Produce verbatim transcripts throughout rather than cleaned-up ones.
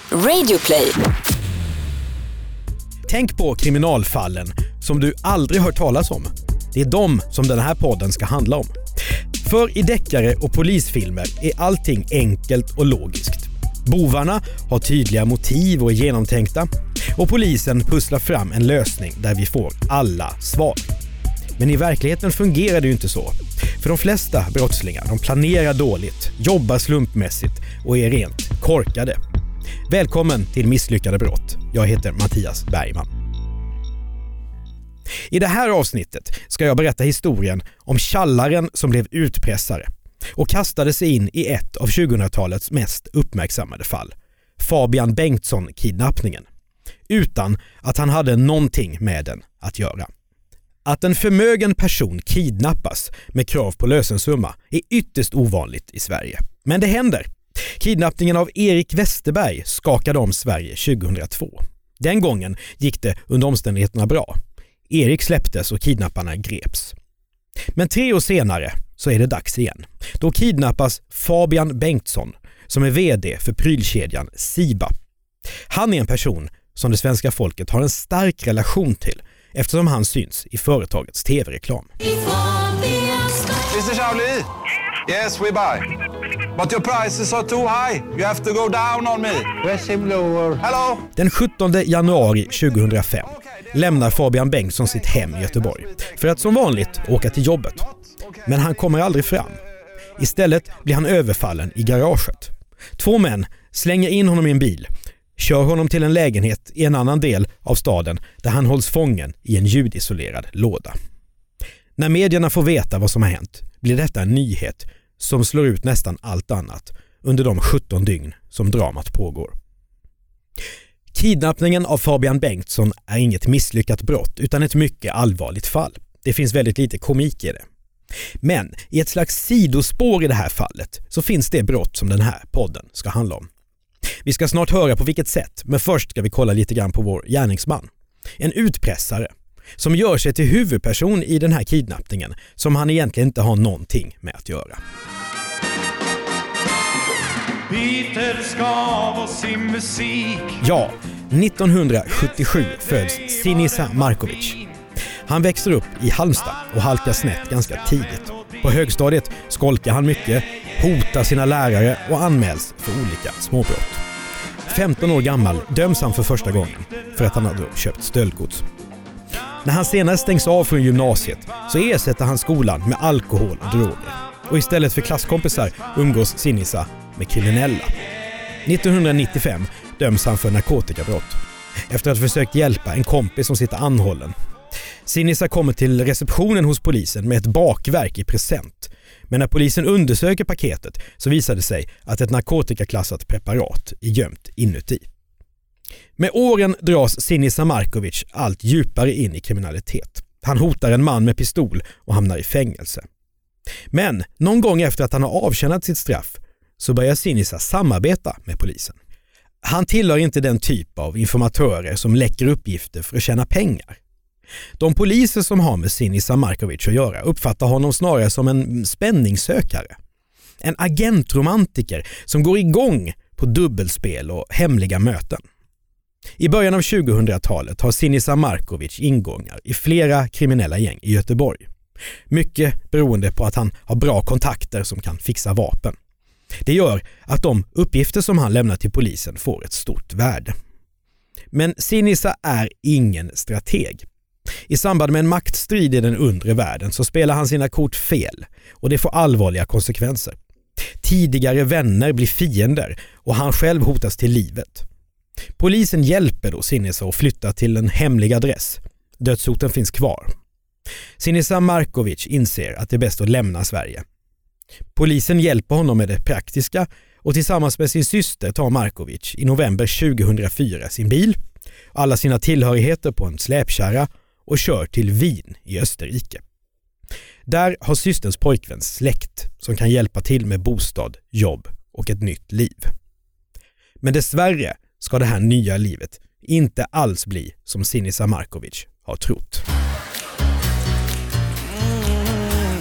Radioplay. Tänk på kriminalfallen som du aldrig hört talas om. Det är de som den här podden ska handla om. För i deckare och polisfilmer är allting enkelt och logiskt. Bovarna har tydliga motiv och är genomtänkta. Och polisen pusslar fram en lösning där vi får alla svar. Men i verkligheten fungerar det ju inte så. För de flesta brottslingar, de planerar dåligt, jobbar slumpmässigt och är rent korkade. Välkommen till Misslyckade brott. Jag heter Mattias Bergman. I det här avsnittet ska jag berätta historien om tjallaren som blev utpressare och kastade sig in i ett av tjugohundratalets mest uppmärksammade fall. Fabian Bengtsson-kidnappningen. Utan att han hade någonting med den att göra. Att en förmögen person kidnappas med krav på lösensumma är ytterst ovanligt i Sverige. Men det händer. Kidnappningen av Erik Westerberg skakade om Sverige tjugohundratvå. Den gången gick det under omständigheterna bra. Erik släpptes och kidnapparna greps. Men tre år senare så är det dags igen. Då kidnappas Fabian Bengtsson som är vd för prylkedjan Siba. Han är en person som det svenska folket har en stark relation till eftersom han syns i företagets tv-reklam. mister Charlie? Yes, we buy. But your prices are too high. You have to go down on me. Press him lower. Hello? Den sjuttonde januari tjugohundrafem lämnar Fabian Bengtsson sitt hem i Göteborg för att som vanligt åka till jobbet. Men han kommer aldrig fram. Istället blir han överfallen i garaget. Två män slänger in honom i en bil, kör honom till en lägenhet i en annan del av staden där han hålls fången i en ljudisolerad låda. När medierna får veta vad som har hänt blir detta en nyhet som slår ut nästan allt annat under de sjutton dygn som dramat pågår. Kidnappningen av Fabian Bengtsson är inget misslyckat brott utan ett mycket allvarligt fall. Det finns väldigt lite komik i det. Men i ett slags sidospår i det här fallet så finns det brott som den här podden ska handla om. Vi ska snart höra på vilket sätt, men först ska vi kolla lite grann på vår gärningsman. En utpressare som gör sig till huvudperson i den här kidnappningen som han egentligen inte har någonting med att göra. Peter skav och sin musik. Ja, nittonhundrasjuttiosju föds Sinisa Markovic. Han växer upp i Halmstad och halkar snett ganska tidigt. På högstadiet skolkar han mycket, hotar sina lärare och anmäls för olika småbrott. femton år gammal döms han för första gången för att han hade köpt stöldgods. När han senare stängs av från gymnasiet så ersätter han skolan med alkohol och droger. Och istället för klasskompisar umgås Sinisa med kriminella. nittonhundranittiofem döms han för narkotikabrott efter att ha försökt hjälpa en kompis som sitter anhållen. Sinisa kommer till receptionen hos polisen med ett bakverk i present. Men när polisen undersöker paketet så visar det sig att ett narkotikaklassat preparat är gömt inuti. Med åren dras Sinisa Markovic allt djupare in i kriminalitet. Han hotar en man med pistol och hamnar i fängelse. Men någon gång efter att han har avtjänat sitt straff så börjar Sinisa samarbeta med polisen. Han tillhör inte den typ av informatörer som läcker uppgifter för att tjäna pengar. De poliser som har med Sinisa Markovic att göra uppfattar honom snarare som en spänningssökare. En agentromantiker som går igång på dubbelspel och hemliga möten. I början av tjugohundratalet har Sinisa Markovic ingångar i flera kriminella gäng i Göteborg. Mycket beroende på att han har bra kontakter som kan fixa vapen. Det gör att de uppgifter som han lämnar till polisen får ett stort värde. Men Sinisa är ingen strateg. I samband med en maktstrid i den undre världen så spelar han sina kort fel och det får allvarliga konsekvenser. Tidigare vänner blir fiender och han själv hotas till livet. Polisen hjälper då Sinisa att flytta till en hemlig adress. Dödshoten finns kvar. Sinisa Markovic inser att det är bäst att lämna Sverige. Polisen hjälper honom med det praktiska och tillsammans med sin syster tar Markovic i november tjugohundrafyra sin bil, alla sina tillhörigheter på en släpkärra och kör till Wien i Österrike. Där har systerns pojkvän släkt som kan hjälpa till med bostad, jobb och ett nytt liv. Men dessvärre ska det här nya livet inte alls bli som Sinisa Markovic har trott.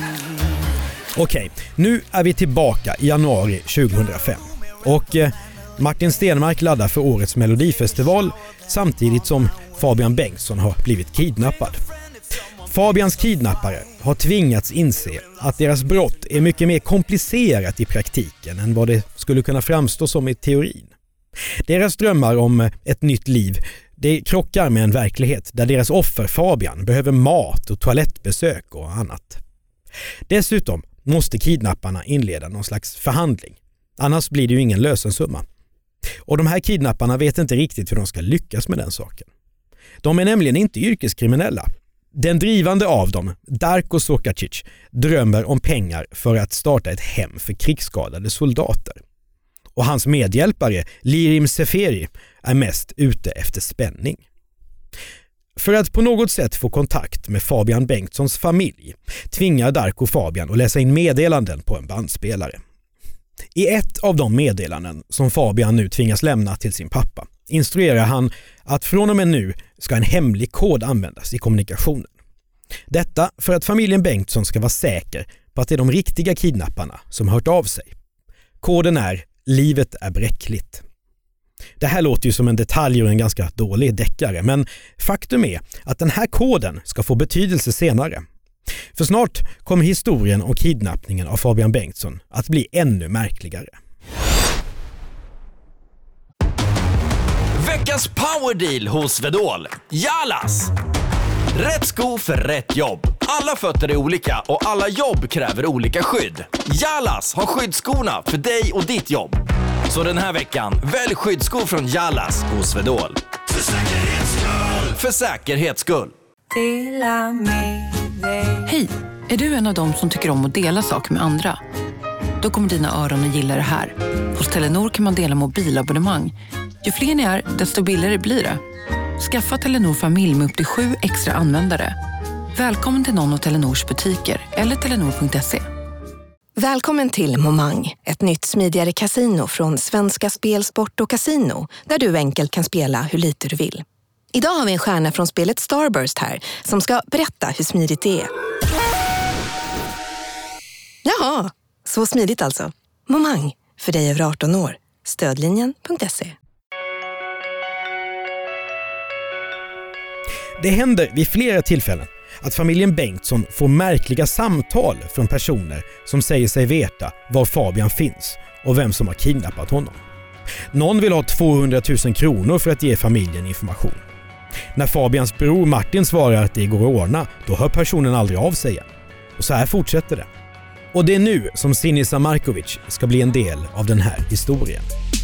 Okej, nu är vi tillbaka i januari tjugohundrafem och eh, Martin Stenmark laddar för årets Melodifestival samtidigt som Fabian Bengtsson har blivit kidnappad. Fabians kidnappare har tvingats inse att deras brott är mycket mer komplicerat i praktiken än vad det skulle kunna framstå som i teorin. Deras drömmar om ett nytt liv, det krockar med en verklighet där deras offer Fabian behöver mat och toalettbesök och annat. Dessutom måste kidnapparna inleda någon slags förhandling. Annars blir det ju ingen lösensumma. Och de här kidnapparna vet inte riktigt hur de ska lyckas med den saken. De är nämligen inte yrkeskriminella. Den drivande av dem, Darko Sokacic, drömmer om pengar för att starta ett hem för krigsskadade soldater. Och hans medhjälpare, Lirim Seferi, är mest ute efter spänning. För att på något sätt få kontakt med Fabian Bengtssons familj tvingar Darko Fabian att läsa in meddelanden på en bandspelare. I ett av de meddelanden som Fabian nu tvingas lämna till sin pappa instruerar han att från och med nu ska en hemlig kod användas i kommunikationen. Detta för att familjen Bengtsson ska vara säker på att det är de riktiga kidnapparna som hört av sig. Koden är "Livet är bräckligt". Det här låter ju som en detalj och en ganska dålig deckare, men faktum är att den här koden ska få betydelse senare. För snart kommer historien om kidnappningen av Fabian Bengtsson att bli ännu märkligare. Veckans powerdeal hos Swedol. Jalas! Rätt sko för rätt jobb. Alla fötter är olika och alla jobb kräver olika skydd. Jalas har skyddskorna för dig och ditt jobb. Så den här veckan, välj skyddsskor från Jalas hos Swedol. För säkerhets skull! För säkerhets skull! Hej, är du en av dem som tycker om att dela saker med andra? Då kommer dina öron att gilla det här. Hos Telenor kan man dela mobilabonnemang. Ju fler ni är, desto billigare blir det. Skaffa Telenor familj med upp till sju extra användare. Välkommen till någon av Telenors butiker eller telenor punkt se. Välkommen till Momang, ett nytt smidigare kasino från Svenska Spel, Sport och Casino, där du enkelt kan spela hur lite du vill. Idag har vi en stjärna från spelet Starburst här som ska berätta hur smidigt det är. Jaha, så smidigt alltså. Momang, för dig över arton år. Stödlinjen punkt se. Det händer vid flera tillfällen att familjen Bengtsson får märkliga samtal från personer som säger sig veta var Fabian finns och vem som har kidnappat honom. Någon vill ha tvåhundratusen kronor för att ge familjen information. När Fabians bror Martin svarar att det går att ordna, då hör personen aldrig av sig igen. Och så här fortsätter det. Och det är nu som Sinisa Markovic ska bli en del av den här historien.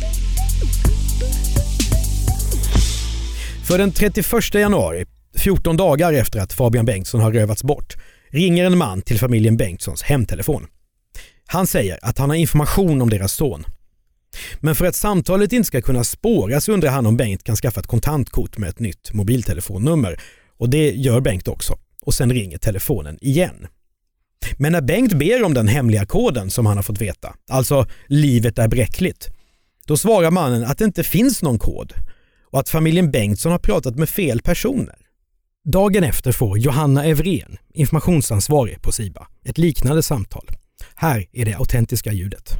För den trettioförsta januari, fjorton dagar efter att Fabian Bengtsson har rövats bort, ringer en man till familjen Bengtssons hemtelefon. Han säger att han har information om deras son. Men för att samtalet inte ska kunna spåras undrar han om Bengt kan skaffa ett kontantkort med ett nytt mobiltelefonnummer. Och det gör Bengt också. Och sen ringer telefonen igen. Men när Bengt ber om den hemliga koden som han har fått veta, alltså "livet är bräckligt", då svarar mannen att det inte finns någon kod och att familjen Bengtsson har pratat med fel personer. Dagen efter får Johanna Evrén, informationsansvarig på SIBA, ett liknande samtal. Här är det autentiska ljudet.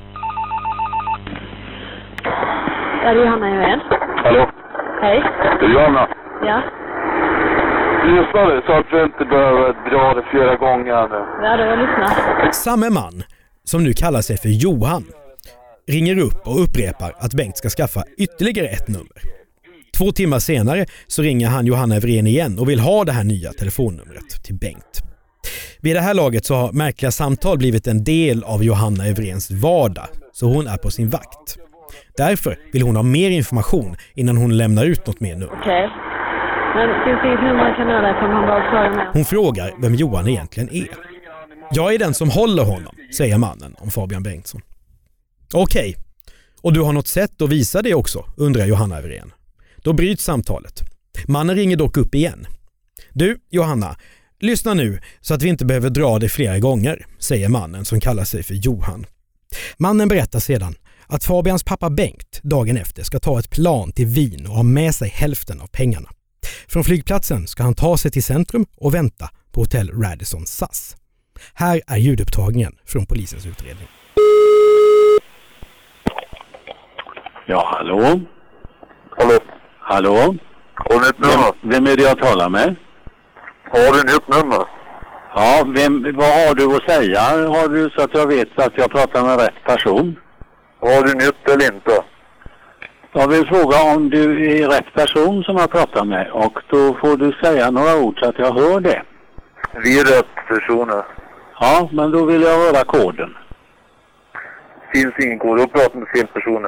Ja, det är Johanna Evrén. Hallå? Hej. Det är Johanna. Ja. Lyssna nu så att du inte behöver dra det flera gånger nu. Ja, det var lyssna. Samme man, som nu kallar sig för Johan, ringer upp och upprepar att Bengt ska skaffa ytterligare ett nummer. Två timmar senare så ringer han Johanna Evrén igen och vill ha det här nya telefonnumret till Bengt. Vid det här laget så har märkliga samtal blivit en del av Johanna Evréns vardag, så hon är på sin vakt. Därför vill hon ha mer information innan hon lämnar ut något mer nummer. Okej. Men finns det inget nummer man kan nå dig från han bara svarar med? Hon frågar vem Johan egentligen är. Jag är den som håller honom, säger mannen om Fabian Bengtsson. Okej. Och du har något sätt att visa det också, undrar Johanna Evrén. Då bryts samtalet. Mannen ringer dock upp igen. Du, Johanna, lyssna nu så att vi inte behöver dra det flera gånger, säger mannen som kallar sig för Johan. Mannen berättar sedan att Fabians pappa Bengt dagen efter ska ta ett plan till Wien och ha med sig hälften av pengarna. Från flygplatsen ska han ta sig till centrum och vänta på hotell Radisson S A S. Här är ljudupptagningen från polisens utredning. Ja, hallå? Hallå? Hallå? Har du ett nummer? Vem, vem är det jag talar med? Har du ett nummer? Ja, vem, vad har du att säga? Har du så att jag vet att jag pratar med rätt person? Har du nytt eller inte? Jag vill fråga om du är rätt person som jag pratar med, och då får du säga några ord så att jag hör det. Vi är rätt personer. Ja, men då vill jag höra koden. Finns ingen kod, då pratar med fel personer.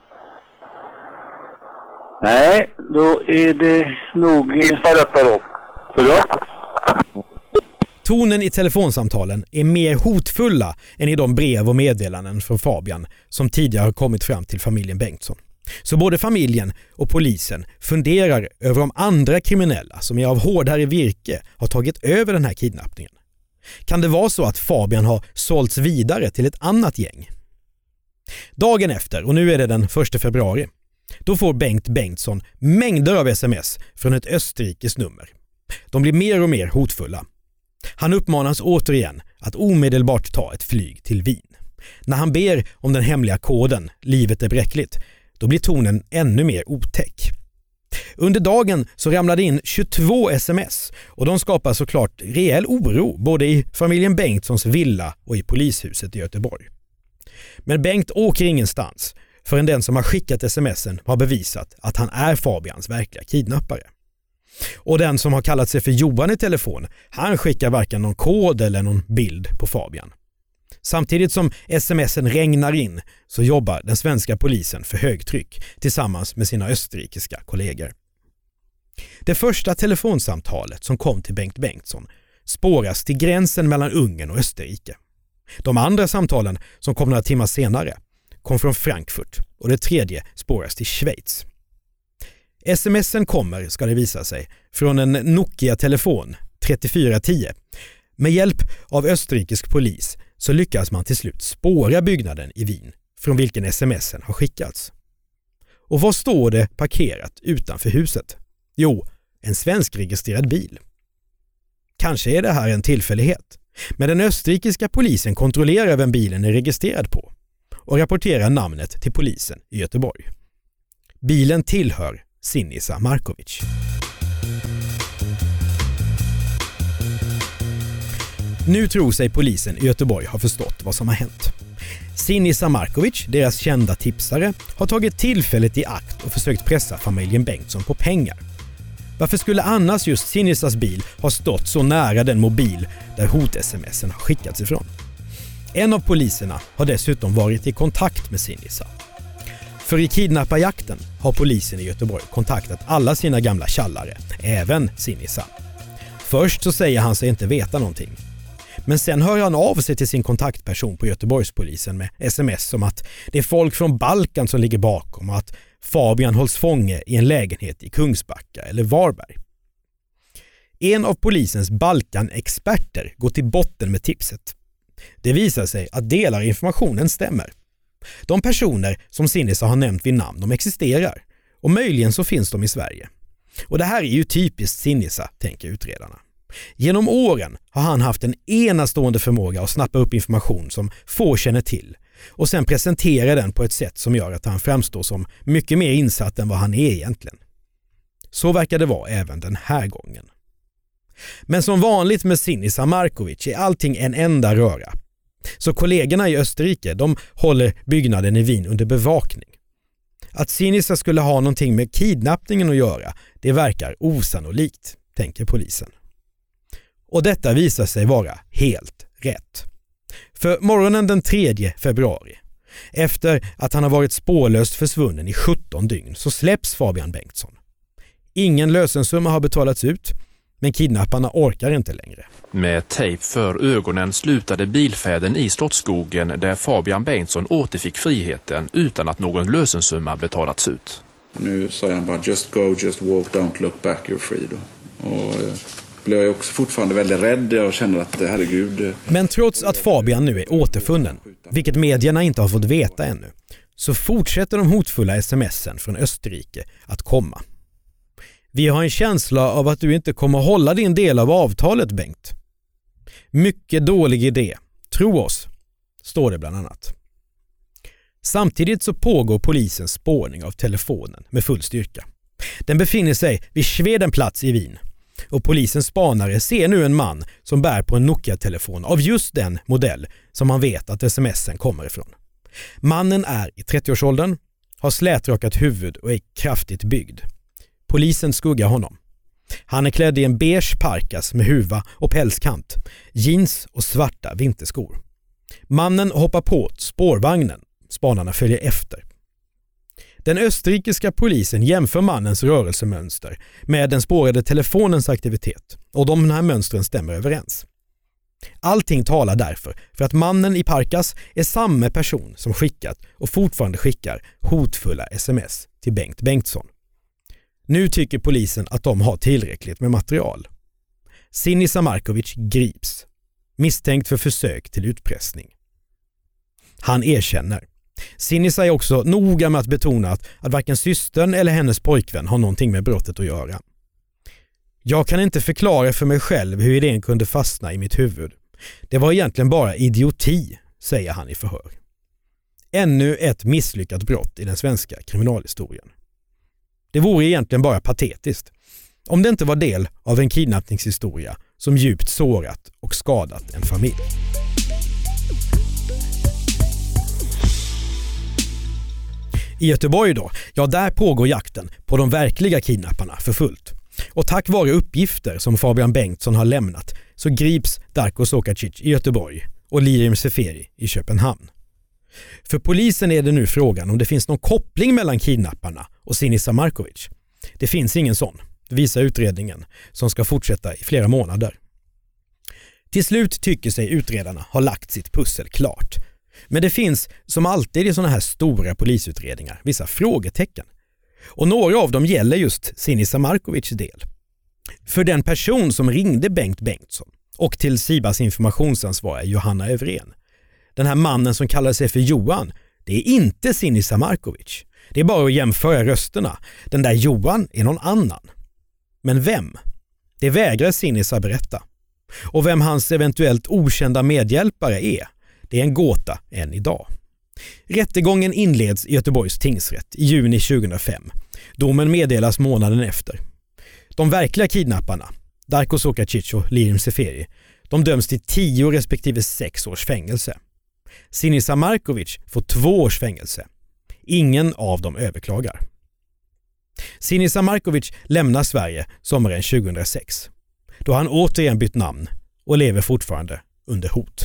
Nej, då är det nog... Gissa detta då. Förlåt? Tonen i telefonsamtalen är mer hotfulla än i de brev och meddelanden från Fabian som tidigare har kommit fram till familjen Bengtsson. Så både familjen och polisen funderar över om andra kriminella som är av hårdare virke har tagit över den här kidnappningen. Kan det vara så att Fabian har sålts vidare till ett annat gäng? Dagen efter, och nu är det den första februari, då får Bengt Bengtsson mängder av sms från ett österrikiskt nummer. De blir mer och mer hotfulla. Han uppmanas återigen att omedelbart ta ett flyg till Wien. När han ber om den hemliga koden, livet är bräckligt, då blir tonen ännu mer otäck. Under dagen så ramlade in tjugotvå sms och de skapar såklart rejäl oro både i familjen Bengtssons villa och i polishuset i Göteborg. Men Bengt åker ingenstans förrän den som har skickat smsen har bevisat att han är Fabians verkliga kidnappare. Och den som har kallat sig för Johan i telefon, han skickar varken någon kod eller någon bild på Fabian. Samtidigt som smsen regnar in så jobbar den svenska polisen för högtryck tillsammans med sina österrikiska kollegor. Det första telefonsamtalet som kom till Bengt Bengtsson spåras till gränsen mellan Ungern och Österrike. De andra samtalen som kom några timmar senare kom från Frankfurt och det tredje spåras till Schweiz. Smsen kommer, ska det visa sig, från en Nokia-telefon trettiofyra tio. Med hjälp av österrikisk polis så lyckas man till slut spåra byggnaden i Wien från vilken smsen har skickats. Och vad står det parkerat utanför huset? Jo, en svenskregistrerad bil. Kanske är det här en tillfällighet, men den österrikiska polisen kontrollerar vem bilen är registrerad på och rapporterar namnet till polisen i Göteborg. Bilen tillhör Sinisa Markovic. Nu tror sig polisen i Göteborg ha förstått vad som har hänt. Sinisa Markovic, deras kända tipsare, har tagit tillfället i akt och försökt pressa familjen Bengtsson på pengar. Varför skulle annars just Sinisas bil ha stått så nära den mobil där hot-smsen har skickats ifrån? En av poliserna har dessutom varit i kontakt med Sinisa. För i kidnapparjakten har polisen i Göteborg kontaktat alla sina gamla tjallare, även Sinisa. Först så säger han sig inte veta någonting. Men sen hör han av sig till sin kontaktperson på Göteborgspolisen med sms om att det är folk från Balkan som ligger bakom och att Fabian hålls fånge i en lägenhet i Kungsbacka eller Varberg. En av polisens Balkan-experter går till botten med tipset. Det visar sig att delar av informationen stämmer. De personer som Sinisa har nämnt vid namn, de existerar. Och möjligen så finns de i Sverige. Och det här är ju typiskt Sinisa, tänker utredarna. Genom åren har han haft en enastående förmåga att snappa upp information som få känner till och sen presentera den på ett sätt som gör att han framstår som mycket mer insatt än vad han är egentligen. Så verkar det vara även den här gången. Men som vanligt med Sinisa Markovic är allting en enda röra. Så kollegorna i Österrike, de håller byggnaden i Wien under bevakning. Att Sinisa skulle ha någonting med kidnappningen att göra, det verkar osannolikt, tänker polisen. Och detta visar sig vara helt rätt. För morgonen den tredje februari, efter att han har varit spårlöst försvunnen i sjutton dygn, så släpps Fabian Bengtsson. Ingen lösensumma har betalats ut, men kidnapparna orkar inte längre. Med tejp för ögonen slutade bilfärden i Slottsskogen där Fabian Bengtsson återfick friheten utan att någon lösensumma betalats ut. Nu sa han bara just go, just walk, don't look back, you're free då. Och blev jag också fortfarande väldigt rädd och kände att herregud. Men trots att Fabian nu är återfunnen, vilket medierna inte har fått veta ännu, så fortsätter de hotfulla smsen från Österrike att komma. Vi har en känsla av att du inte kommer hålla din del av avtalet, Bengt. Mycket dålig idé. Tro oss, står det bland annat. Samtidigt så pågår polisens spårning av telefonen med full styrka. Den befinner sig vid Schwedenplatz i Wien. Och polisens spanare ser nu en man som bär på en Nokia-telefon av just den modell som man vet att smsen kommer ifrån. Mannen är i trettioårsåldern, har slätrakat huvud och är kraftigt byggd. Polisen skuggar honom. Han är klädd i en beige parkas med huva och pälskant, jeans och svarta vinterskor. Mannen hoppar på spårvagnen. Spanarna följer efter. Den österrikiska polisen jämför mannens rörelsemönster med den spårade telefonens aktivitet och de här mönstren stämmer överens. Allting talar därför för att mannen i parkas är samma person som skickat och fortfarande skickar hotfulla sms till Bengt Bengtsson. Nu tycker polisen att de har tillräckligt med material. Sinisa Markovic grips, misstänkt för försök till utpressning. Han erkänner. Sinisa är också noga med att betona att, att varken systern eller hennes pojkvän har någonting med brottet att göra. Jag kan inte förklara för mig själv hur idén kunde fastna i mitt huvud. Det var egentligen bara idioti, säger han i förhör. Ännu ett misslyckat brott i den svenska kriminalhistorien. Det vore egentligen bara patetiskt om det inte var del av en kidnappningshistoria som djupt sårat och skadat en familj. I Göteborg då, ja där pågår jakten på de verkliga kidnapparna för fullt. Och tack vare uppgifter som Fabian Bengtsson har lämnat så grips Darko Sokacic i Göteborg och Lirim Seferi i Köpenhamn. För polisen är det nu frågan om det finns någon koppling mellan kidnapparna och Sinisa Markovic. Det finns ingen sån, det visar utredningen som ska fortsätta i flera månader. Till slut tycker sig utredarna ha lagt sitt pussel klart. Men det finns, som alltid i såna här stora polisutredningar, vissa frågetecken. Och några av dem gäller just Sinisa Markovics del. För den person som ringde Bengt Bengtsson och till Sibas informationsansvariga Johanna Övrén, den här mannen som kallar sig för Johan, det är inte Sinisa Markovic. Det är bara att jämföra rösterna. Den där Johan är någon annan. Men vem? Det vägrar Sinisa berätta. Och vem hans eventuellt okända medhjälpare är, det är en gåta än idag. Rättegången inleds i Göteborgs tingsrätt i juni tjugohundrafem. Domen meddelas månaden efter. De verkliga kidnapparna, Darko Sokacic och Lirim Seferi, de döms till tio respektive sex års fängelse. Sinisa Markovic får två års fängelse. Ingen av dem överklagar. Sinisa Markovic lämnar Sverige sommaren tjugohundrasex. Då han återigen bytt namn och lever fortfarande under hot.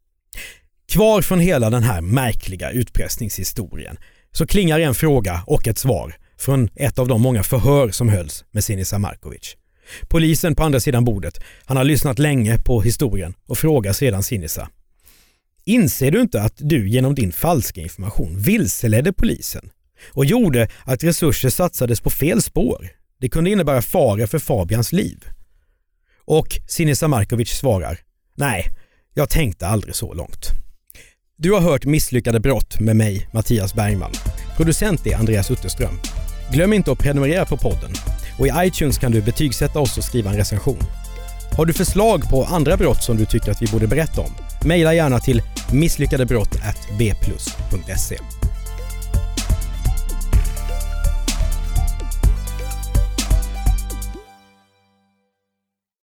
Kvar från hela den här märkliga utpressningshistorien så klingar en fråga och ett svar från ett av de många förhör som hölls med Sinisa Markovic. Polisen på andra sidan bordet, han har lyssnat länge på historien och frågar sedan Sinisa: inser du inte att du genom din falska information vilseledde polisen och gjorde att resurser satsades på fel spår? Det kunde innebära fara för Fabians liv. Och Sinisa Markovic svarar: nej, jag tänkte aldrig så långt. Du har hört Misslyckade brott med mig, Mattias Bergman. Producent är Andreas Utterström. Glöm inte att prenumerera på podden. Och i iTunes kan du betygsätta oss och skriva en recension. Har du förslag på andra brott som du tycker att vi borde berätta om? Maila gärna till misslyckadebrott at b plus punkt se.